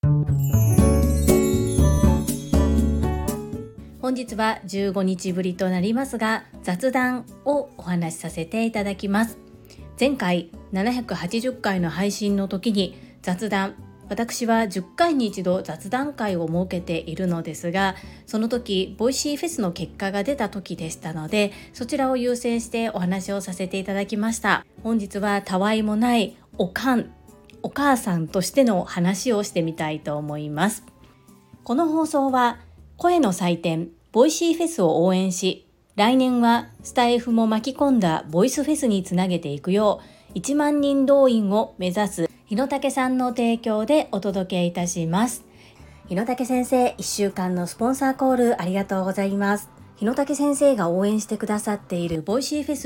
本日は15日ぶりとなりますが、雑談をお話しさせていただきます。前回780回の配信の時に雑談、私は10回に一度雑談会を設けているのですが、その時ボイシーフェスの結果が出た時でしたので、そちらを優先してお話をさせていただきました。本日はたわいもないお母さんとしての話をしてみたいと思います。この放送は声の祭典ボイシーフェスを応援し、来年はスタイフも巻き込んだボイスフェスにつなげていくよう1万人動員を目指す日野武さんの提供でお届けいたします。日野武先生、1週間のスポンサーコールありがとうございます。日野武先生が応援してくださっているボイシーフェス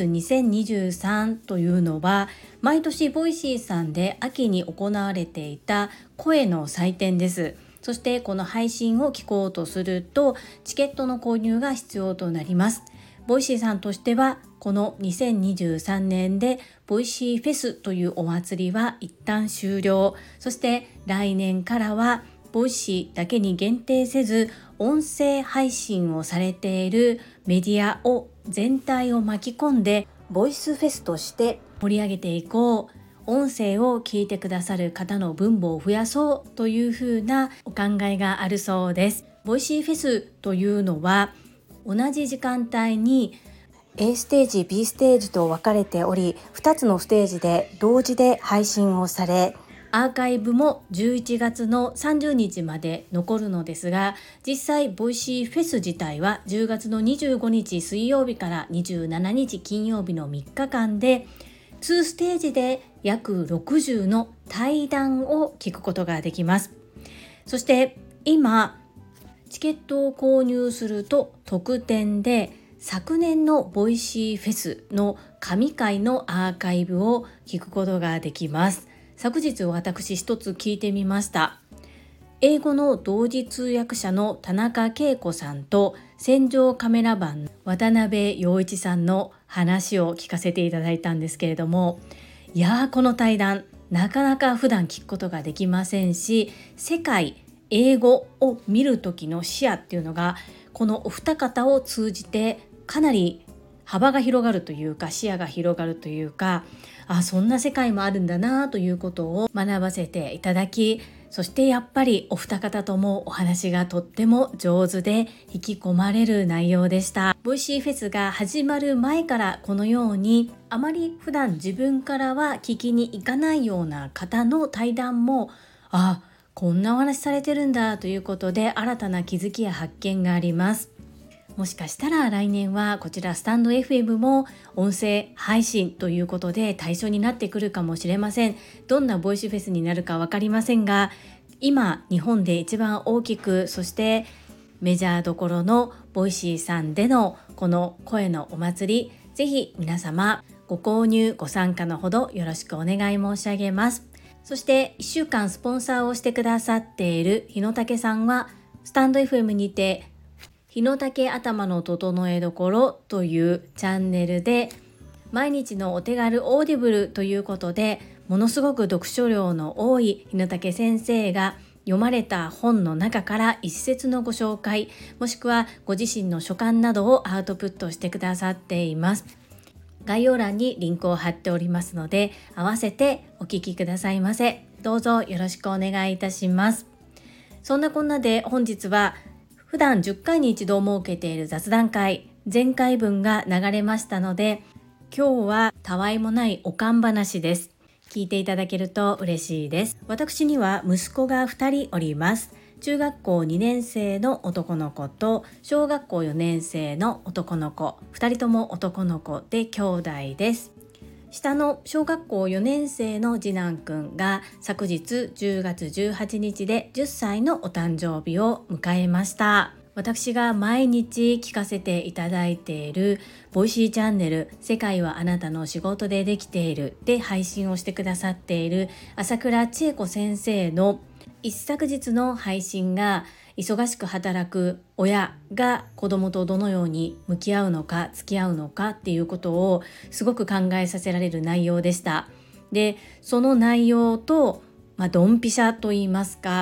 2023というのは、毎年ボイシーさんで秋に行われていた声の祭典です。そしてこの配信を聞こうとするとチケットの購入が必要となります。ボイシーさんとしてはこの2023年でボイシーフェスというお祭りは一旦終了。そして来年からはボイシーだけに限定せず、音声配信をされているメディアを全体を巻き込んでボイスフェスとして盛り上げていこう。音声を聞いてくださる方の分母を増やそうというふうなお考えがあるそうです。ボイシーフェスというのは同じ時間帯に A ステージ、B ステージと分かれており、2つのステージで同時で配信をされ、アーカイブも11月の30日まで残るのですが、実際ボイシーフェス自体は10月の25日水曜日から27日金曜日の3日間で2ステージで約60の対談を聞くことができます。そして今チケットを購入すると特典で昨年のボイシーフェスの神回のアーカイブを聞くことができます。昨日私一つ聞いてみました。英語の同時通訳者の田中恵子さんと戦場カメラマン渡辺陽一さんの話を聞かせていただいたんですけれども、いやー、この対談なかなか普段聞くことができませんし、世界英語を見る時の視野っていうのがこのお二方を通じてかなり幅が広がるというか、視野が広がるというか、そんな世界もあるんだなということを学ばせていただき、そしてやっぱりお二方ともお話がとっても上手で引き込まれる内容でした。ボイシーフェスが始まる前からこのようにあまり普段自分からは聞きに行かないような方の対談も、こんなお話されてるんだということで新たな気づきや発見があります。もしかしたら来年はこちらスタンド FM も音声配信ということで対象になってくるかもしれません。どんなボイスフェスになるか分かりませんが、今日本で一番大きく、そしてメジャーどころのボイシーさんでのこの声のお祭り、ぜひ皆様ご購入ご参加のほどよろしくお願い申し上げます。そして1週間スポンサーをしてくださっている日野武さんはスタンド FM にて日野武頭の整えどころというチャンネルで毎日のお手軽オーディブルということで、ものすごく読書量の多い日野武先生が読まれた本の中から一節のご紹介、もしくはご自身の書簡などをアウトプットしてくださっています。概要欄にリンクを貼っておりますので、合わせてお聞きくださいませ。どうぞよろしくお願いいたします。そんなこんなで本日は普段10回に一度設けている雑談会、前回分が流れましたので、今日はたわいもないおかん話です。聞いていただけると嬉しいです。私には息子が2人おります。中学校2年生の男の子と小学校4年生の男の子、2人とも男の子で兄弟です。下の小学校4年生の次男くんが昨日10月18日で10歳のお誕生日を迎えました。私が毎日聞かせていただいているボイシーチャンネル、世界はあなたの仕事でできているで配信をしてくださっている朝倉千恵子先生の一昨日の配信が、忙しく働く親が子供とどのように向き合うのか付き合うのかっていうことをすごく考えさせられる内容でした。で、その内容と、ドンピシャと言いますか、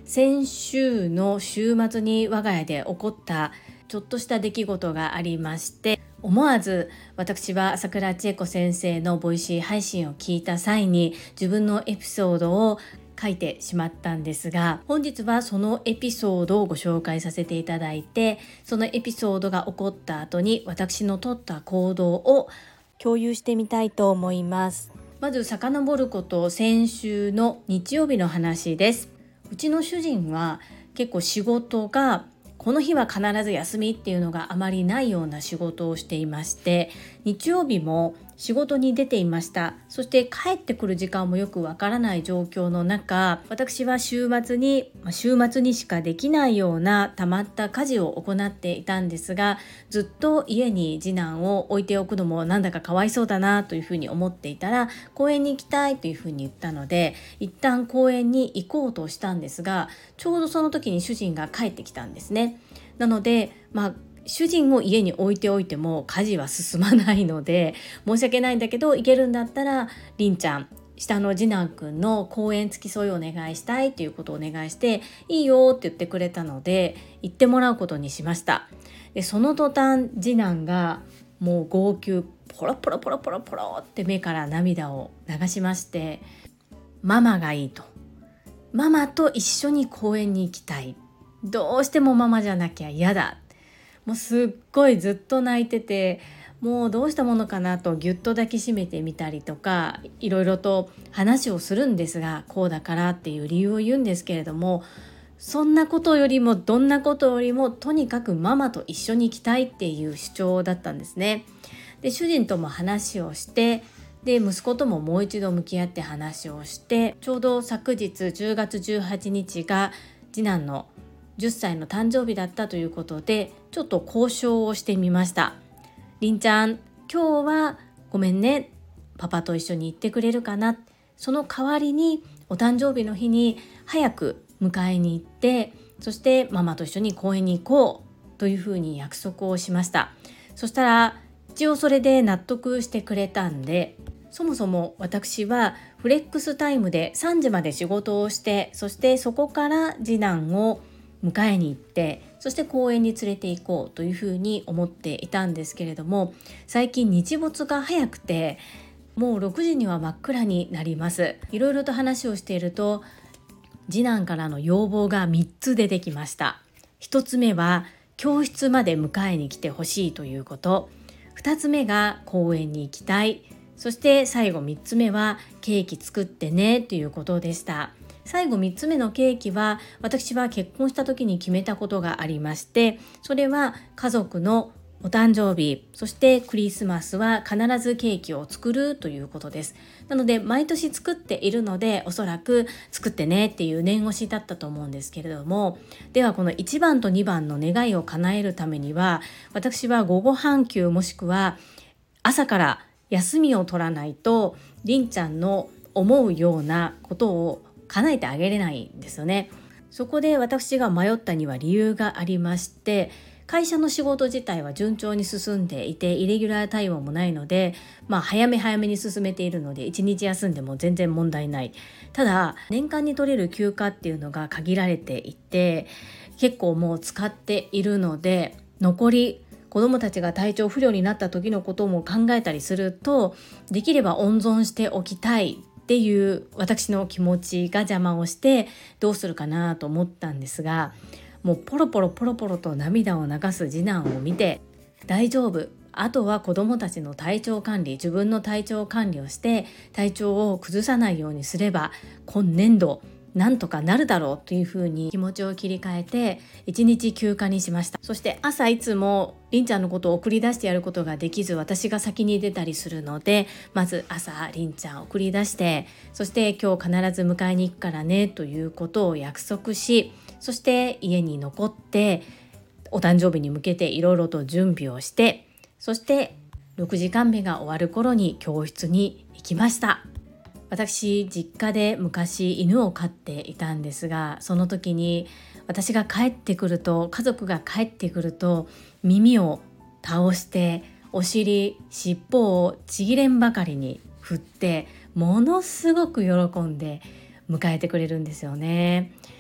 先週の週末に我が家で起こったちょっとした出来事がありまして、思わず私は朝倉千恵子先生のボイシー配信を聞いた際に自分のエピソードを書いてしまったんですが、本日はそのエピソードをご紹介させていただいて、そのエピソードが起こった後に私の取った行動を共有してみたいと思います。まず遡ること先週の日曜日の話です。うちの主人は結構仕事がこの日は必ず休みっていうのがあまりないような仕事をしていまして、日曜日も仕事に出ていました。そして帰ってくる時間もよくわからない状況の中、私は週末にしかできないようなたまった家事を行っていたんですが、ずっと家に次男を置いておくのもなんだかかわいそうだなというふうに思っていたら、公園に行きたいというふうに言ったので一旦公園に行こうとしたんですが、ちょうどその時に主人が帰ってきたんですね。なので主人を家に置いておいても家事は進まないので、申し訳ないんだけど行けるんだったらりんちゃん、下の次男くんの公園付き添いをお願いしたいということをお願いして、いいよって言ってくれたので行ってもらうことにしました。でその途端次男がもう号泣、ポロポロポロポロポロって目から涙を流しまして、ママがいいと、ママと一緒に公園に行きたい、どうしてもママじゃなきゃ嫌だ、もうすっごいずっと泣いてて、もうどうしたものかなとぎゅっと抱きしめてみたりとか、いろいろと話をするんですが、こうだからっていう理由を言うんですけれども、そんなことよりもどんなことよりもとにかくママと一緒に行きたいっていう主張だったんですね。で主人とも話をして、で息子とももう一度向き合って話をして、ちょうど昨日10月18日が次男の10歳の誕生日だったということで、ちょっと交渉をしてみました。りんちゃん、今日はごめんね、パパと一緒に行ってくれるかな、その代わりにお誕生日の日に早く迎えに行って、そしてママと一緒に公園に行こうというふうに約束をしました。そしたら一応それで納得してくれたんで、そもそも私はフレックスタイムで3時まで仕事をして、そしてそこから次男を迎えに行って、そして公園に連れて行こうというふうに思っていたんですけれども、最近日没が早くてもう6時には真っ暗になります。いろいろと話をしていると次男からの要望が3つ出てきました。1つ目は教室まで迎えに来てほしいということ、2つ目が公園に行きたい、そして最後3つ目はケーキ作ってねということでした。最後3つ目のケーキは私は結婚した時に決めたことがありまして、それは家族のお誕生日、そしてクリスマスは必ずケーキを作るということです。なので毎年作っているので、おそらく作ってねっていう念押しだったと思うんですけれども、ではこの1番と2番の願いを叶えるためには、私は午後半休もしくは朝から休みを取らないとりんちゃんの思うようなことを叶えてあげれないんですよね。そこで私が迷ったには理由がありまして、会社の仕事自体は順調に進んでいて、イレギュラー対応もないので、早めに進めているので1日休んでも全然問題ない。ただ年間に取れる休暇っていうのが限られていて、結構もう使っているので、残り子どもたちが体調不良になった時のことも考えたりすると、できれば温存しておきたいっていう私の気持ちが邪魔をして、どうするかなと思ったんですが、もうポロポロと涙を流す次男を見て、大丈夫、あとは子どもたちの体調管理、自分の体調管理をして体調を崩さないようにすれば今年度なんとかなるだろうというふうに気持ちを切り替えて1日休暇にしました。そして朝いつもりんちゃんのことを送り出してやることができず、私が先に出たりするので、まず朝りんちゃんを送り出して、そして今日必ず迎えに行くからねということを約束し、そして家に残ってお誕生日に向けていろいろと準備をして、そして6時間目が終わる頃に教室に行きました。私実家で昔犬を飼っていたんですが、その時に私が帰ってくると、家族が帰ってくると耳を倒してお尻尻尾をちぎれんばかりに振ってものすごく喜んで迎えてくれるんですよね。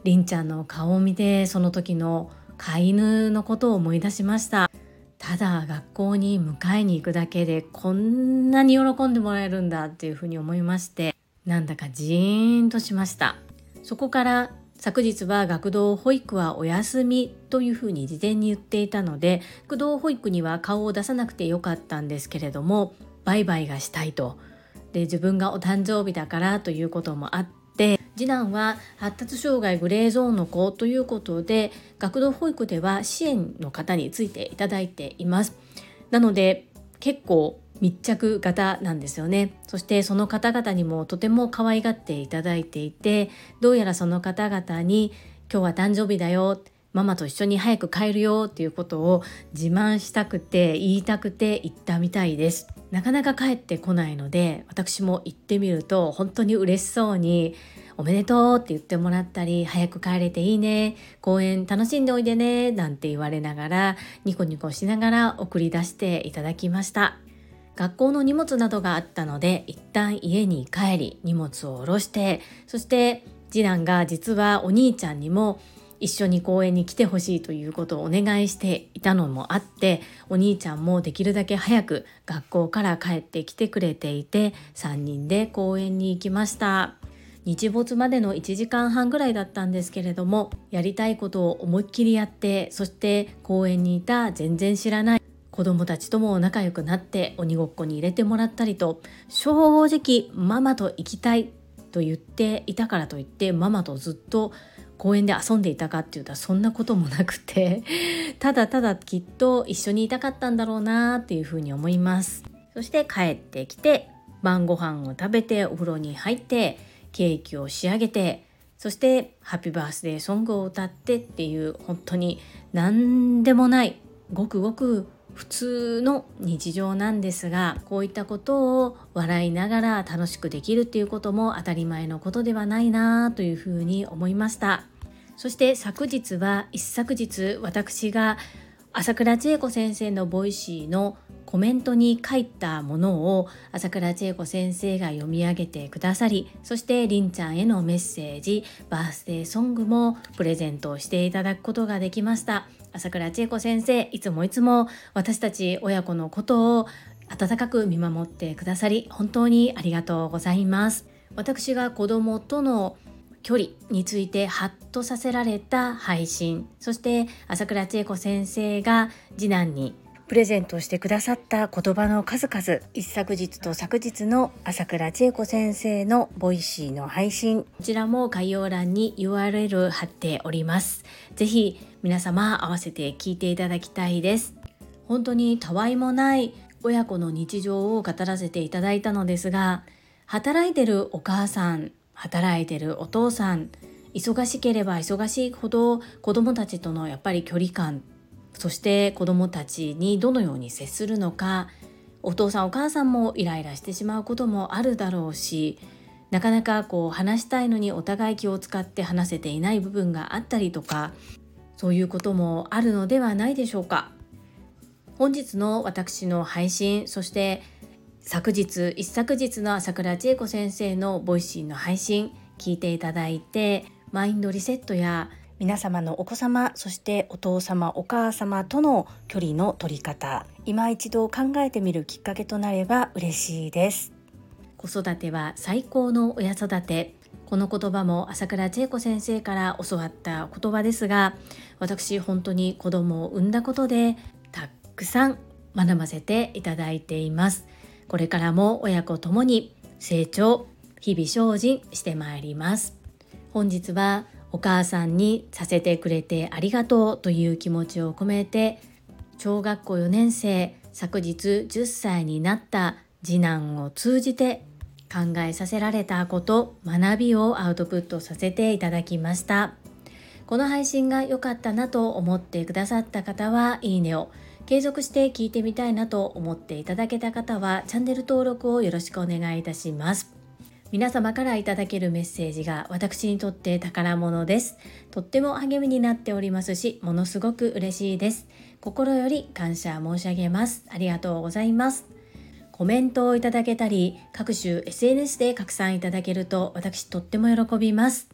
りんちゃんの顔を見て、その時の飼い犬のことを思い出しました。ただ学校に迎えに行くだけでこんなに喜んでもらえるんだっていうふうに思いまして、なんだかジーンとしました。そこから昨日は学童保育はお休みというふうに事前に言っていたので、学童保育には顔を出さなくてよかったんですけれども、バイバイがしたいと。で、自分がお誕生日だからということもあって、次男は発達障害グレーゾーンの子ということで、学童保育では支援の方についていただいています。なので結構密着型なんですよね。そしてその方々にもとても可愛がっていただいていて、どうやらその方々に今日は誕生日だよ、ママと一緒に早く帰るよっていうことを自慢したくて言いたくて行ったみたいです。なかなか帰ってこないので、私も行ってみると本当に嬉しそうにおめでとうって言ってもらったり、早く帰れていいね、公園楽しんでおいでねなんて言われながら、ニコニコしながら送り出していただきました。学校の荷物などがあったので、一旦家に帰り荷物を下ろして、そして次男が実はお兄ちゃんにも一緒に公園に来てほしいということをお願いしていたのもあって、お兄ちゃんもできるだけ早く学校から帰ってきてくれていて、3人で公園に行きました。日没までの1時間半ぐらいだったんですけれども、やりたいことを思いっきりやって、そして公園にいた全然知らない子供たちとも仲良くなって鬼ごっこに入れてもらったりと、正直ママと行きたいと言っていたからといってママとずっと公園で遊んでいたかって言ったらそんなこともなくて、ただただきっと一緒にいたかったんだろうなっていうふうに思います。そして帰ってきて晩ご飯を食べて、お風呂に入ってケーキを仕上げて、そしてハッピーバースデーソングを歌ってっていう、本当に何でもないごくごく普通の日常なんですが、こういったことを笑いながら楽しくできるっていうことも当たり前のことではないなというふうに思いました。そして昨日は一昨日、私が朝倉千恵子先生のボイシーのコメントに書いたものを朝倉千恵子先生が読み上げてくださり、そしてりんちゃんへのメッセージ、バースデーソングもプレゼントしていただくことができました。朝倉千恵子先生、いつも私たち親子のことを温かく見守ってくださり、本当にありがとうございます。私が子供との距離についてハッとさせられた配信、そして朝倉千恵子先生が次男にプレゼントしてくださった言葉の数々、一昨日と昨日の朝倉千恵子先生のボイシーの配信、こちらも概要欄に URL 貼っております。ぜひ皆様合わせて聞いていただきたいです。本当にたわいもない親子の日常を語らせていただいたのですが、働いてるお母さん、働いてるお父さん、忙しければ忙しいほど子どもたちとのやっぱり距離感、そして子どもたちにどのように接するのか、お父さんお母さんもイライラしてしまうこともあるだろうし、なかなか話したいのにお互い気を使って話せていない部分があったりとか、そういうこともあるのではないでしょうか。本日の私の配信、そして一昨日の朝倉千恵子先生のボイシーの配信聞いていただいて、マインドリセットや皆様のお子様、そしてお父様お母様との距離の取り方、今一度考えてみるきっかけとなれば嬉しいです。子育ては最高の親育て、この言葉も朝倉千恵子先生から教わった言葉ですが、私本当に子供を産んだことでたくさん学ばせていただいています。これからも親子ともに成長、日々精進してまいります。本日はお母さんにさせてくれてありがとうという気持ちを込めて、小学校4年生、昨日10歳になった次男を通じて考えさせられたこと、学びをアウトプットさせていただきました。この配信が良かったなと思ってくださった方はいいねを、継続して聞いてみたいなと思っていただけた方はチャンネル登録をよろしくお願いいたします。皆様からいただけるメッセージが私にとって宝物です。とっても励みになっておりますし、ものすごく嬉しいです。心より感謝申し上げます。ありがとうございます。コメントをいただけたり、各種 SNS で拡散いただけると私とっても喜びます。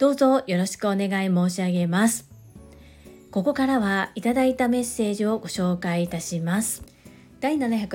どうぞよろしくお願い申し上げます。ここからはいただいたメッセージをご紹介いたします。第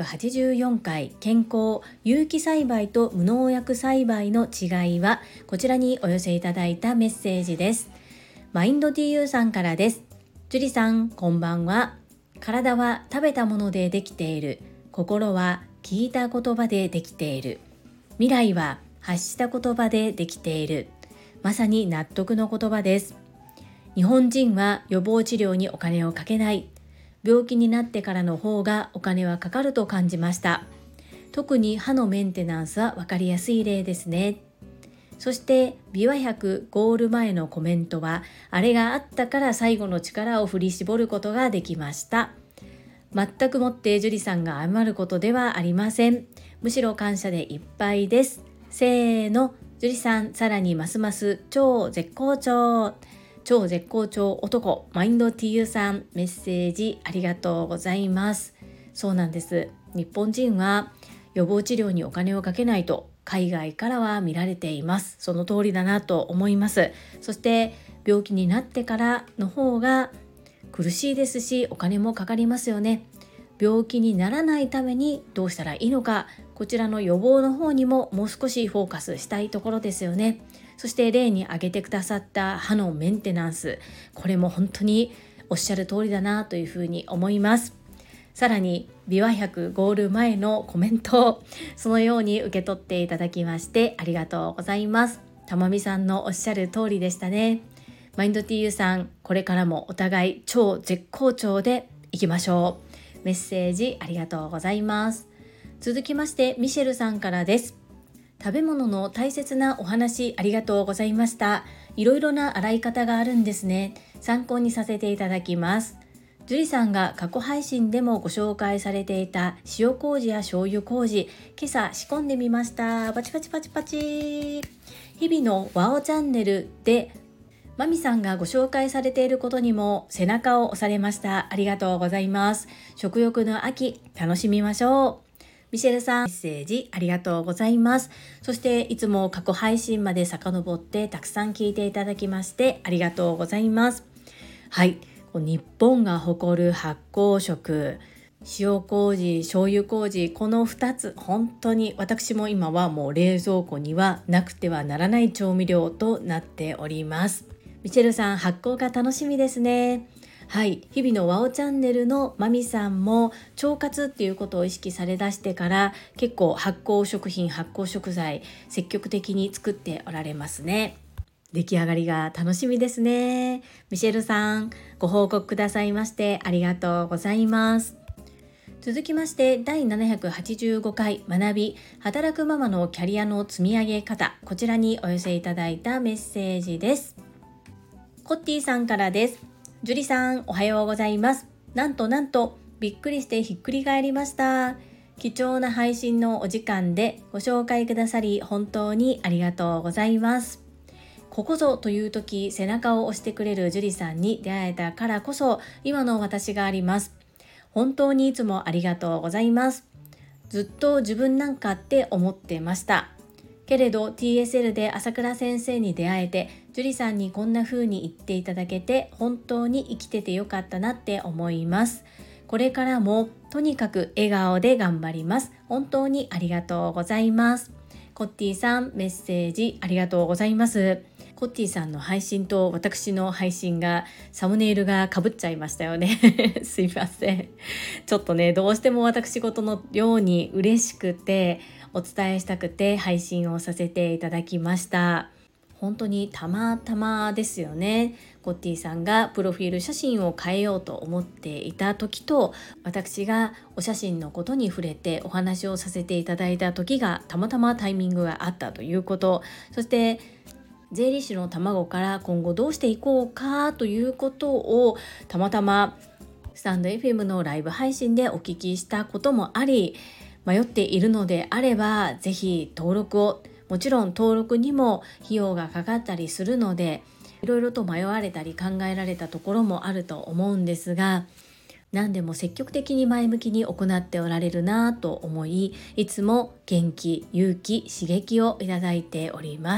784回健康有機栽培と無農薬栽培の違いは、こちらにお寄せいただいたメッセージです。マインド TU さんからです。ジュリさん、こんばんは。体は食べたものでできている。心は聞いた言葉でできている。未来は発した言葉でできている。まさに納得の言葉です。日本人は予防治療にお金をかけない。病気になってからの方がお金はかかると感じました。特に歯のメンテナンスは分かりやすい例ですね。そしてビワ100ゴール前のコメントは、あれがあったから最後の力を振り絞ることができました。全くもってジュリさんが謝ることではありません。むしろ感謝でいっぱいです。せーの、ジュリさん、さらにますます超絶好調。超絶好調男マインド TU さん、メッセージありがとうございます。そうなんです。日本人は予防治療にお金をかけないと海外からは見られています。その通りだなと思います。そして病気になってからの方が苦しいですし、お金もかかりますよね。病気にならないためにどうしたらいいのか、こちらの予防の方にももう少しフォーカスしたいところですよね。そして例に挙げてくださった歯のメンテナンス、これも本当におっしゃる通りだなというふうに思います。さらにビワ100ゴール前のコメントをそのように受け取っていただきましてありがとうございます。たまみさんのおっしゃる通りでしたね。マインド TU さん、これからもお互い超絶好調でいきましょう。メッセージありがとうございます。続きましてミシェルさんからです。食べ物の大切なお話ありがとうございました。いろいろな洗い方があるんですね。参考にさせていただきます。ジュリさんが過去配信でもご紹介されていた塩麹や醤油麹、今朝仕込んでみました。パチパチパチパチ。日々のワオチャンネルでマミさんがご紹介されていることにも背中を押されました。ありがとうございます。食欲の秋、楽しみましょう。ミシェルさん、メッセージありがとうございます。そしていつも過去配信まで遡ってたくさん聞いていただきましてありがとうございます。はい、日本が誇る発酵食、塩麹、醤油麹、この2つ本当に私も今はもう冷蔵庫にはなくてはならない調味料となっております。ミシェルさん、発酵が楽しみですね。はい、日々のワオチャンネルのマミさんも腸活っていうことを意識されだしてから結構発酵食品、発酵食材積極的に作っておられますね。出来上がりが楽しみですね。ミシェルさん、ご報告くださいましてありがとうございます。続きまして第785回学び働くママのキャリアの積み上げ方、こちらにお寄せいただいたメッセージです。コッティさんからです。ジュリさん、おはようございます。なんとびっくりしてひっくり返りました。貴重な配信のお時間でご紹介くださり本当にありがとうございます。ここぞという時、背中を押してくれるジュリさんに出会えたからこそ今の私があります。本当にいつもありがとうございます。ずっと自分なんかって思ってました。けれど TSL で朝倉先生に出会えて、ジュリさんにこんな風に言っていただけて本当に生きててよかったなって思います。これからもとにかく笑顔で頑張ります。本当にありがとうございます。コッティさん、メッセージありがとうございます。コッティさんの配信と私の配信がサムネイルが被っちゃいましたよねすいません。ちょっとね、どうしても私事のように嬉しくてお伝えしたくて配信をさせていただきました。本当にたまたまですよね。コッティさんがプロフィール写真を変えようと思っていた時と、私がお写真のことに触れてお話をさせていただいた時がたまたまタイミングがあったということ、そして税理士の卵から今後どうしていこうかということをたまたまスタンド FM のライブ配信でお聞きしたこともあり、迷っているのであればぜひ登録を、もちろん登録にも費用がかかったりするのでいろいろと迷われたり考えられたところもあると思うんですが、何でも積極的に前向きに行っておられるなと思い、いつも元気、勇気、刺激をいただいております。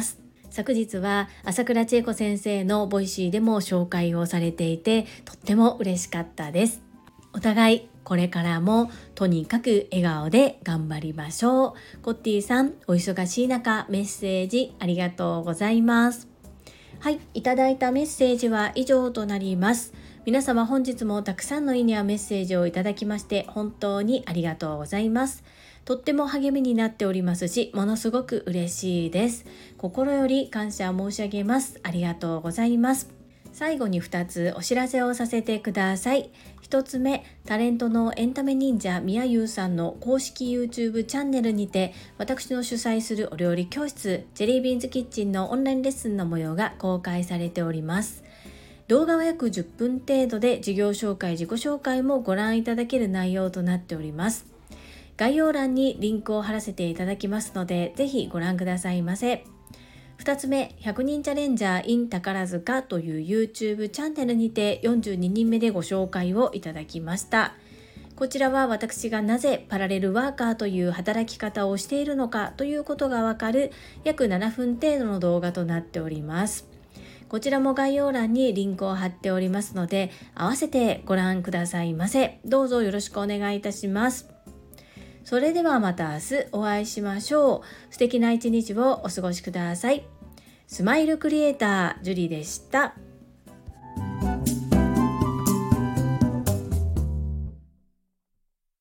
昨日は朝倉千恵子先生のボイシーでも紹介をされていて、とっても嬉しかったです。お互いこれからもとにかく笑顔で頑張りましょう。コッティさん、お忙しい中メッセージありがとうございます。はい、いただいたメッセージは以上となります。皆様本日もたくさんのいいねやメッセージをいただきまして本当にありがとうございます。とっても励みになっておりますし、ものすごく嬉しいです。心より感謝申し上げます。ありがとうございます。最後に2つお知らせをさせてください。1つ目、タレントのエンタメ忍者みやゆうさんの公式 YouTube チャンネルにて、私の主催するお料理教室ジェリービーンズキッチンのオンラインレッスンの模様が公開されております。動画は約10分程度で、事業紹介、自己紹介もご覧いただける内容となっております。概要欄にリンクを貼らせていただきますので、ぜひご覧くださいませ。2つ目、100人チャレンジャー in 宝塚という YouTube チャンネルにて42人目でご紹介をいただきました。こちらは私がなぜパラレルワーカーという働き方をしているのかということがわかる約7分程度の動画となっております。こちらも概要欄にリンクを貼っておりますので、合わせてご覧くださいませ。どうぞよろしくお願いいたします。それではまた明日お会いしましょう。素敵な一日をお過ごしください。スマイルクリエイタージュリでした。